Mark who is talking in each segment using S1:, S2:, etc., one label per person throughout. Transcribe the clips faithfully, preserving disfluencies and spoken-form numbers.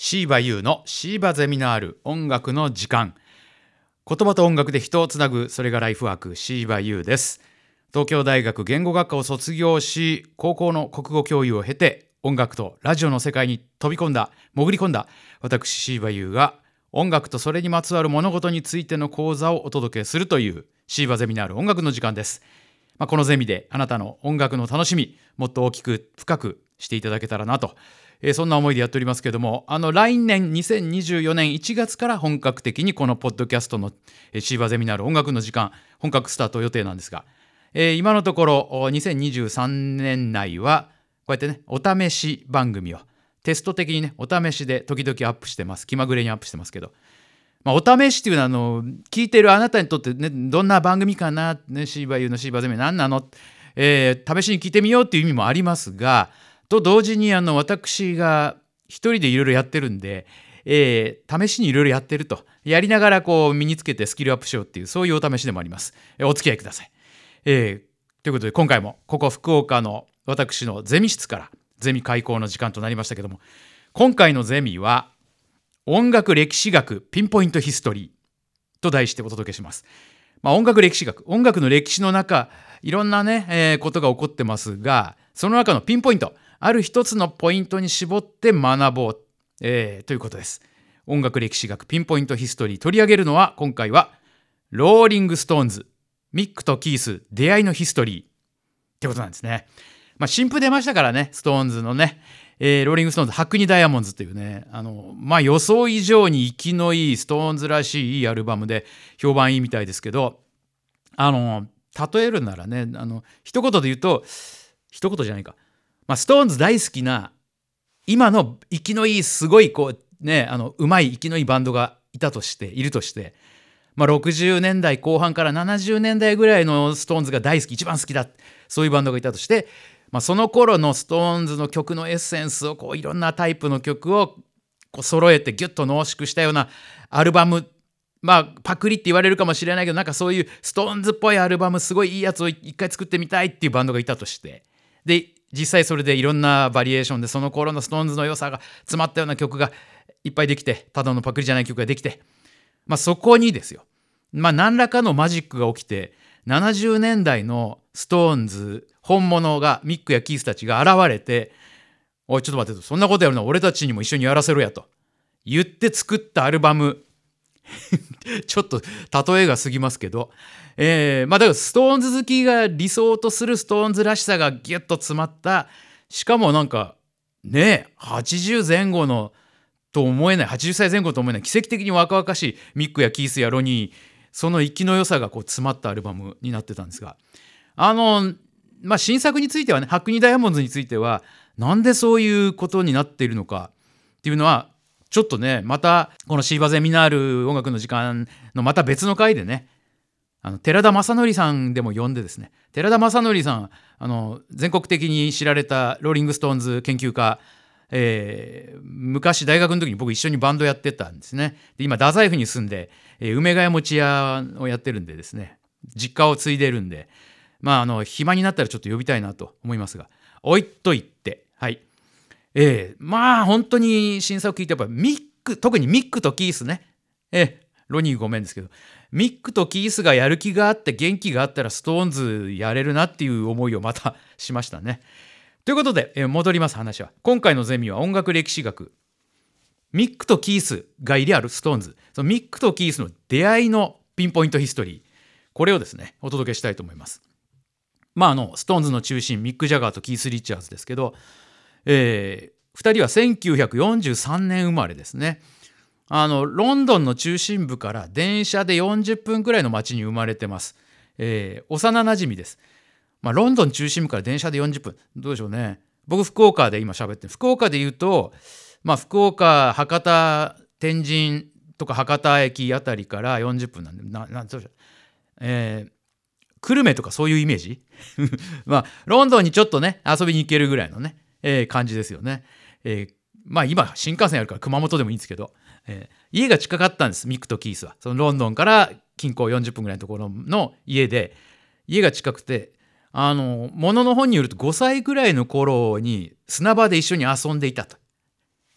S1: シーバユーのシーバゼミナール音楽の時間。言葉と音楽で人をつなぐ、それがライフワーク、シーバユーです。東京大学言語学科を卒業し、高校の国語教諭を経て、音楽とラジオの世界に飛び込んだ、潜り込んだ、私シーバユーが音楽とそれにまつわる物事についての講座をお届けするというシーバゼミナール音楽の時間です。まあ、このゼミであなたの音楽の楽しみ、もっと大きく深くしていただけたらなと、えー、そんな思いでやっておりますけども、あの来年にせんにじゅうよねんいちがつから本格的にこのポッドキャストの、えー、シーバゼミナール音楽の時間本格スタート予定なんですが、えー、今のところにせんにじゅうさんねん内はこうやってね、お試し番組をテスト的にね、お試しで時々アップしてます。気まぐれにアップしてますけど、まあ、お試しっていうのはあの聞いてるあなたにとってね、どんな番組かな、ね、シーバユーのシーバゼミ何なの、えー、試しに聞いてみようっていう意味もありますが、と同時にあの私が一人でいろいろやってるんで、えー、試しにいろいろやってると、やりながらこう身につけてスキルアップしようっていう、そういうお試しでもあります。えー、お付き合いください。えー、ということで今回もここ福岡の私のゼミ室からゼミ開講の時間となりましたけども、今回のゼミは音楽歴史学ピンポイントヒストリーと題してお届けします。まあ、音楽歴史学、音楽の歴史の中、いろんなね、えー、ことが起こってますが、その中のピンポイント、ある一つのポイントに絞って学ぼう、えー、ということです。音楽歴史学ピンポイントヒストリー、取り上げるのは今回はローリングストーンズ、ミックとキース出会いのヒストリーってことなんですね。まあ、新譜出ましたからね、ストーンズのね、えー、ローリングストーンズハクニダイヤモンズっていうね、あのまあ予想以上に生きのいいストーンズらしいいいアルバムで評判いいみたいですけど、あの例えるならね、あの一言で言うと、一言じゃないか、まあ、ストーンズ大好きな今の生きのいいすごいこうね、あのうまい生きのいいバンドがいたとしているとして、まあ、ろくじゅうねんだいこう半からななじゅうねんだいぐらいのストーンズが大好き、一番好きだ、そういうバンドがいたとして、まあ、その頃のストーンズの曲のエッセンスをこういろんなタイプの曲をこう揃えてギュッと濃縮したようなアルバム、まあパクリって言われるかもしれないけど、なんかそういうストーンズっぽいアルバム、すごいいいやつを一回作ってみたいっていうバンドがいたとして、で実際それでいろんなバリエーションでその頃のストーンズの良さが詰まったような曲がいっぱいできて、ただのパクリじゃない曲ができて、まあそこにですよ、まあ何らかのマジックが起きて、ななじゅうねんだいのストーンズ本物がミックやキースたちが現れて、おいちょっと待ってと、そんなことやるのは俺たちにも一緒にやらせろやと言って作ったアルバムちょっと例えが過ぎますけど、えー、まあだからストーンズ好きが理想とするストーンズらしさがギュッと詰まった、しかもなんかね、はちじゅうぜん後のと思えない、はちじゅっさいぜん後と思えない奇跡的に若々しいミックやキースやロニー、その生きの良さがこう詰まったアルバムになってたんですが、あのまあ新作についてはね、ハクニダイヤモンドについてはなんでそういうことになっているのかっていうのはちょっとね、またこのシーバゼミナール音楽の時間のまた別の回でね、あの寺田正則さんでも呼んでですね、寺田正則さん、あの全国的に知られたローリングストーンズ研究家、えー、昔大学の時に僕一緒にバンドやってたんですね。で今太宰府に住んで、えー、梅ヶ谷餅屋をやってるんでですね、実家を継いでるんで、まああの暇になったらちょっと呼びたいなと思いますが、置いといて、はい、えー、まあ本当に新作聞いてやっぱミック、特にミックとキースね、えー、ロニーごめんですけど、ミックとキースがやる気があって元気があったらストーンズやれるなっていう思いをまたしましたね。ということで、えー、戻ります話は。今回のゼミは音楽歴史学、ミックとキースが入りあるストーンズ、そのミックとキースの出会いのピンポイントヒストリー、これをですねお届けしたいと思います。まああのストーンズの中心ミック・ジャガーとキース・リチャーズですけど、えー、ふたりはせんきゅうひゃくよんじゅうさんねん生まれですね。あのロンドンの中心部から電車でよんじゅっぷんくらいの町に生まれてます。えー、幼なじみです。まあ、ロンドン中心部から電車でよんじゅっぷん、どうでしょうね。僕福岡で今喋ってる。福岡で言うと、まあ、福岡博多天神とか博多駅あたりからよんじゅっぷんなんで、ななんどうでしょう、えー、久留米とかそういうイメージまあロンドンにちょっとね遊びに行けるぐらいのね、えー、感じですよね。えー、まあ今新幹線あるから熊本でもいいんですけど、えー、家が近かったんです、ミックとキースは。そのロンドンから近郊よんじゅっぷんぐらいのところの家で、家が近くて、あの物の本によるとごさいぐらいの頃に砂場で一緒に遊んでいたと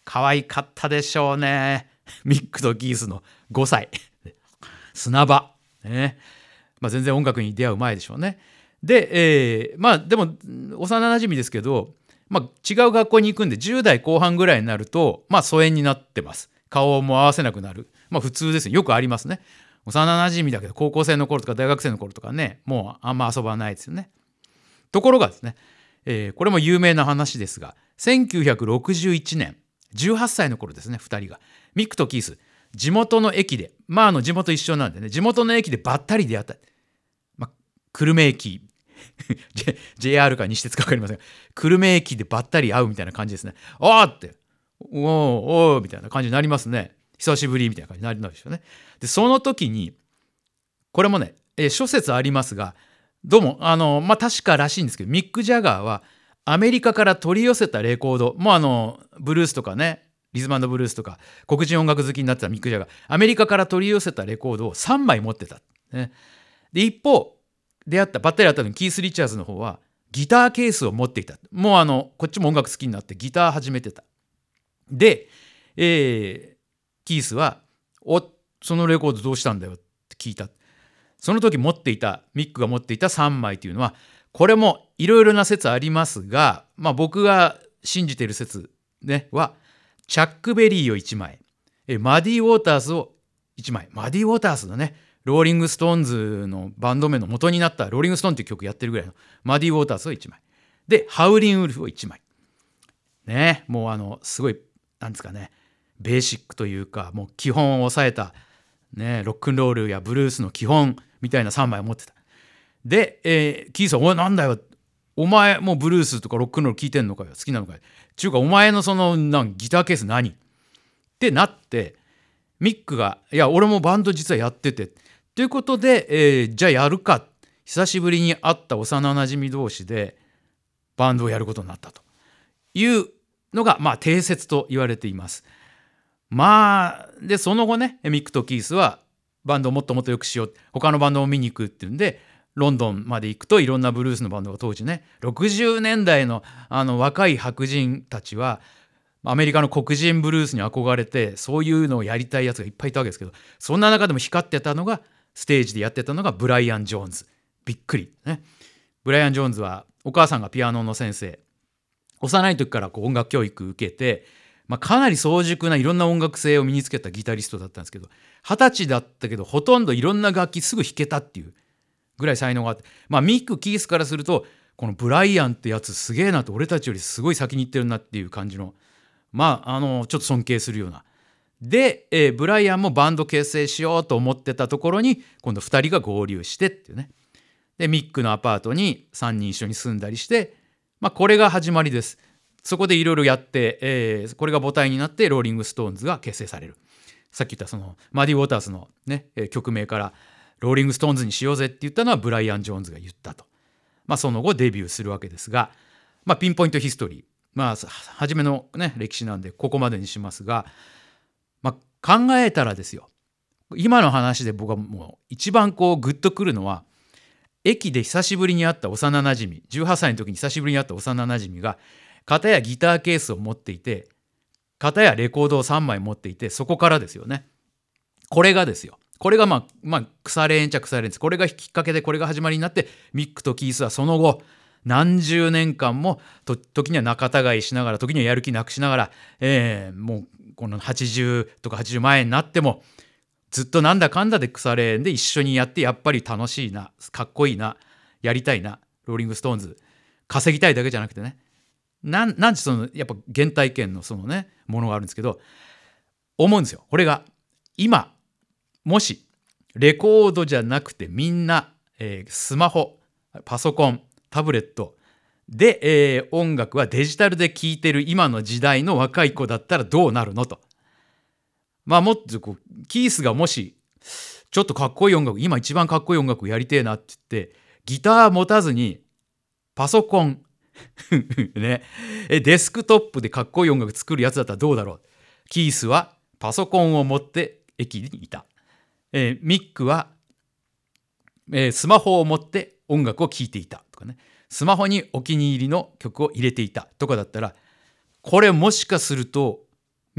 S1: 可愛かったでしょうね。ミックとキースのごさい。砂場。ね。まあ全然音楽に出会う前でしょうね。で、えー、まあでも幼馴染ですけど、まあ違う学校に行くんでじゅう代後半ぐらいになると、まあ疎遠になってます。顔も合わせなくなる。まあ普通ですね。よくありますね。幼馴染だけど高校生の頃とか大学生の頃とかね、もうあんま遊ばないですよね。ところがですね、えー、これも有名な話ですが、せんきゅうひゃくろくじゅういちねん、じゅうはっさいの頃ですね、ふたりが。ミックとキース、地元の駅で、まああの地元一緒なんでね、地元の駅でばったり出会った。まあ、久留米駅、ジェイアール か西鉄か分かりませんが、久留米駅でばったり会うみたいな感じですね。あーって、おーおーみたいな感じになりますね。久しぶりみたいな感じになるんですよね。で、その時に、これもね、えー、諸説ありますが、どうも、あの、まあ、確からしいんですけど、ミック・ジャガーはアメリカから取り寄せたレコード、もうあの、ブルースとかね、リズム&ブルースとか、黒人音楽好きになってたミック・ジャガー、アメリカから取り寄せたレコードをさんまい持ってた。ね、で、一方、出会った、ばったり会ったのにキース・リチャーズの方は、ギターケースを持っていた。もうあの、こっちも音楽好きになってギター始めてた。で、えー、キースは、お、そのレコードどうしたんだよって聞いた。その時持っていた、ミックが持っていたさんまいというのは、これもいろいろな説ありますが、まあ僕が信じている説、ね、は、チャックベリーをいちまい、えマディ・ウォーターズをいちまい、マディ・ウォーターズのね、ローリング・ストーンズのバンド名の元になったローリング・ストーンという曲やってるぐらいのマディ・ウォーターズをいちまい。で、ハウリン・ウルフをいちまい。ね、もうあの、すごい、なんですかね、ベーシックというか、もう基本を抑えた、ね、ロックンロールやブルースの基本みたいなさんまいを持ってた。で、えー、キースは、おい、なんだよ、お前もうブルースとかロックンロール聞いてんのかよ、好きなのかよ。ちゅうか、お前のそのなんギターケース何ってなって、ミックが、いや、俺もバンド実はやってて。ということで、えー、じゃあやるか。久しぶりに会った幼なじみ同士でバンドをやることになったというのが、まあ、定説と言われています。まあ、で、その後ね、ミックとキースはバンドをもっともっと良くしよう。他のバンドを見に行くっていうんで、ロンドンまで行くといろんなブルースのバンドが当時ね、ろくじゅうねんだいのあの若い白人たちは、アメリカの黒人ブルースに憧れて、そういうのをやりたいやつがいっぱいいたわけですけど、そんな中でも光ってたのが、ステージでやってたのがブライアン・ジョーンズ。びっくり。ね。ブライアン・ジョーンズは、お母さんがピアノの先生。幼い時からこう音楽教育受けて、まあ、かなり早熟ないろんな音楽性を身につけたギタリストだったんですけど、二十歳だったけど、ほとんどいろんな楽器すぐ弾けたっていうぐらい才能があって、まあ、ミック・キースからすると、このブライアンってやつすげえなと、俺たちよりすごい先に行ってるなっていう感じの、まあ、あの、ちょっと尊敬するような。で、えー、ブライアンもバンド結成しようと思ってたところに、今度ふたりが合流してっていうね。で、ミックのアパートにさんにん一緒に住んだりして、まあ、これが始まりです。そこでいろいろやって、えー、これが母体になって、ローリング・ストーンズが結成される。さっき言ったその、マディ・ウォーターズのね、曲名から、ローリング・ストーンズにしようぜって言ったのは、ブライアン・ジョーンズが言ったと。まあ、その後デビューするわけですが、まあ、ピンポイントヒストリー。まあ、初めのね、歴史なんで、ここまでにしますが、まあ、考えたらですよ。今の話で僕はもう一番こうグッとくるのは、駅で久しぶりに会った幼なじみ、じゅうはっさいの時に久しぶりに会った幼なじみが、片やギターケースを持っていて、片やレコードをさんまい持っていて、そこからですよね。これがですよ。これがまあ、まあ、腐れ縁っちゃ腐れ縁です。これがきっかけで、これが始まりになって、ミックとキースはその後、何十年間もと時には仲違いしながら、時にはやる気なくしながら、えー、もうこのはちじゅうとかはちじゅうまえになってもずっとなんだかんだで腐れ縁で一緒にやって、やっぱり楽しいな、かっこいいな、やりたいな、ローリング・ストーンズ稼ぎたいだけじゃなくてね、なんなんてそのやっぱ原体験のそのねものがあるんですけど、思うんですよ。これが今もしレコードじゃなくてみんな、えー、スマホ、パソコン、タブレットで、えー、音楽はデジタルで聴いてる今の時代の若い子だったらどうなるのと。まあもっとこうキースがもしちょっとかっこいい音楽、今一番かっこいい音楽やりてえなって言ってギター持たずにパソコンね、えデスクトップでかっこいい音楽作るやつだったらどうだろう。キースはパソコンを持って駅にいた。えー、ミックは、えー、スマホを持って音楽を聴いていたとかね。スマホにお気に入りの曲を入れていたとかだったら、これもしかすると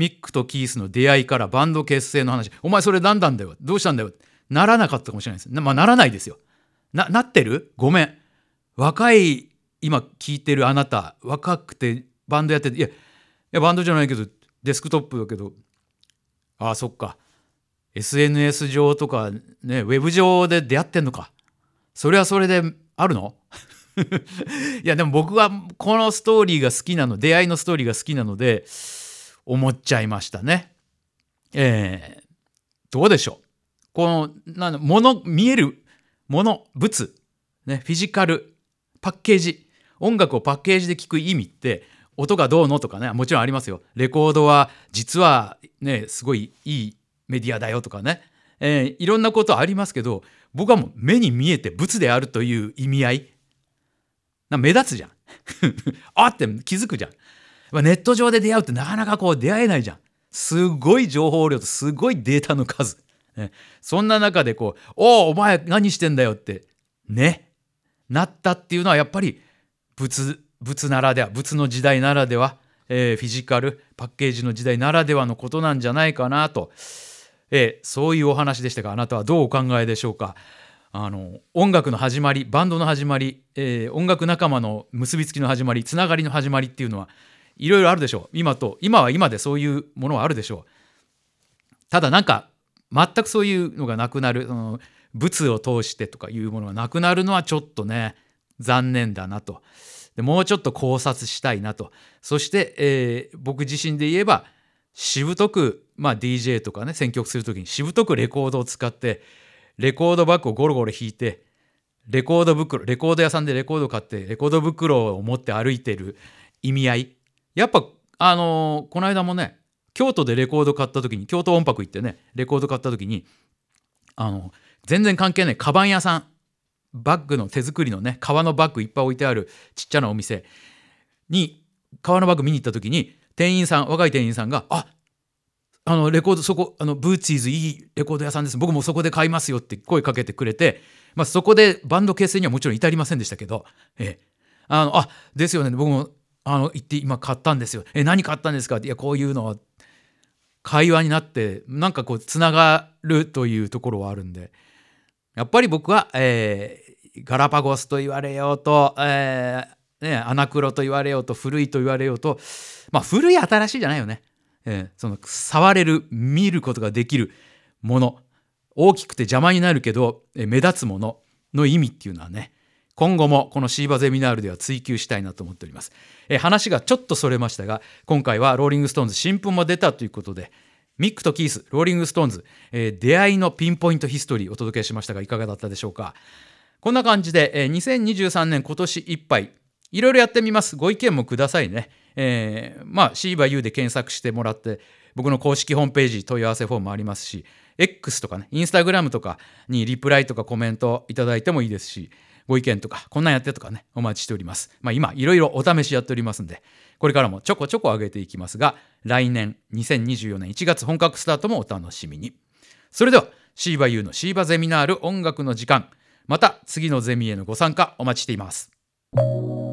S1: ミックとキースの出会いからバンド結成の話、お前それ何なんだよ、どうしたんだよ、ならなかったかもしれないです。な、まあ、ならないですよ。な、なってる？ごめん。若い、今聞いてるあなた、若くてバンドやってて、いや、いやバンドじゃないけど、デスクトップだけど、ああ、そっか。エスエヌエス 上とかね、ウェブ上で出会ってんのか。それはそれであるの？いや、でも僕はこのストーリーが好きなの、出会いのストーリーが好きなので、思っちゃいましたね。えー、どうでしょう。この、なんもの、見えるもの、物、ね、フィジカル、パッケージ、音楽をパッケージで聞く意味って、音がどうのとかね、もちろんありますよ。レコードは実はね、すごいいいメディアだよとかね、えー、いろんなことありますけど、僕はもう目に見えて物であるという意味合い、な目立つじゃん。あって気づくじゃん。ネット上で出会うってなかなかこう出会えないじゃん。すごい情報量とすごいデータの数。ね、そんな中でこう、おお、お前何してんだよって、ね、なったっていうのはやっぱり物、物ならでは、物の時代ならでは、えー、フィジカル、パッケージの時代ならではのことなんじゃないかなと、えー、そういうお話でしたが、あなたはどうお考えでしょうか。あの音楽の始まり、バンドの始まり、えー、音楽仲間の結びつきの始まり、つながりの始まりっていうのはいろいろあるでしょう。今と今は今でそういうものはあるでしょう。ただなんか全くそういうのがなくなる、その物を通してとかいうものがなくなるのはちょっとね残念だなと。でもうちょっと考察したいなと。そして、えー、僕自身で言えばしぶとく、まあ、ディージェー とかね選曲するときにしぶとくレコードを使ってレコードバッグをゴロゴロ引いて、レコード袋、レコード屋さんでレコード買ってレコード袋を持って歩いてる意味合い、やっぱあのー、この間もね京都でレコード買った時に、京都音楽行ってねレコード買った時に、あの全然関係ないカバン屋さん、バッグの手作りのね革のバッグいっぱい置いてあるちっちゃなお店に革のバッグ見に行った時に、店員さん、若い店員さんが、あ、あのレコードそこ、あのブーツィーズいいレコード屋さんです、僕もそこで買いますよって声かけてくれて、まあ、そこでバンド結成にはもちろん至りませんでしたけど、ええ、あのあですよね、僕もあの行って今買ったんですよ、え何買ったんですかって、いやこういうのは会話になってなんかこうつながるというところはあるんで、やっぱり僕は、えー、ガラパゴスと言われようと、えーね、アナクロと言われようと、古いと言われようと、まあ古い新しいじゃないよね。えー、その触れる、見ることができるもの、大きくて邪魔になるけど、えー、目立つものの意味っていうのはね、今後もこのシーバゼミナールでは追求したいなと思っております。えー、話がちょっとそれましたが、今回はローリングストーンズ新譜も出たということで、ミックとキース、ローリングストーンズ、えー、出会いのピンポイントヒストリーお届けしましたが、いかがだったでしょうか。こんな感じで、えー、にせんにじゅうさんねん今年いっぱいいろいろやってみます。ご意見もくださいね。えー、まあシーバユーで検索してもらって、僕の公式ホームページ問い合わせフォームもありますし、 X とかね、インスタグラムとかにリプライとかコメントいただいてもいいですし、ご意見とかこんなんやってとかね、お待ちしております。まあ今いろいろお試しやっておりますんで、これからもちょこちょこ上げていきますが、来年にせんにじゅうよねんいちがつ本格スタートもお楽しみに。それではシーバユーのシーバゼミナール音楽の時間、また次のゼミへのご参加お待ちしています。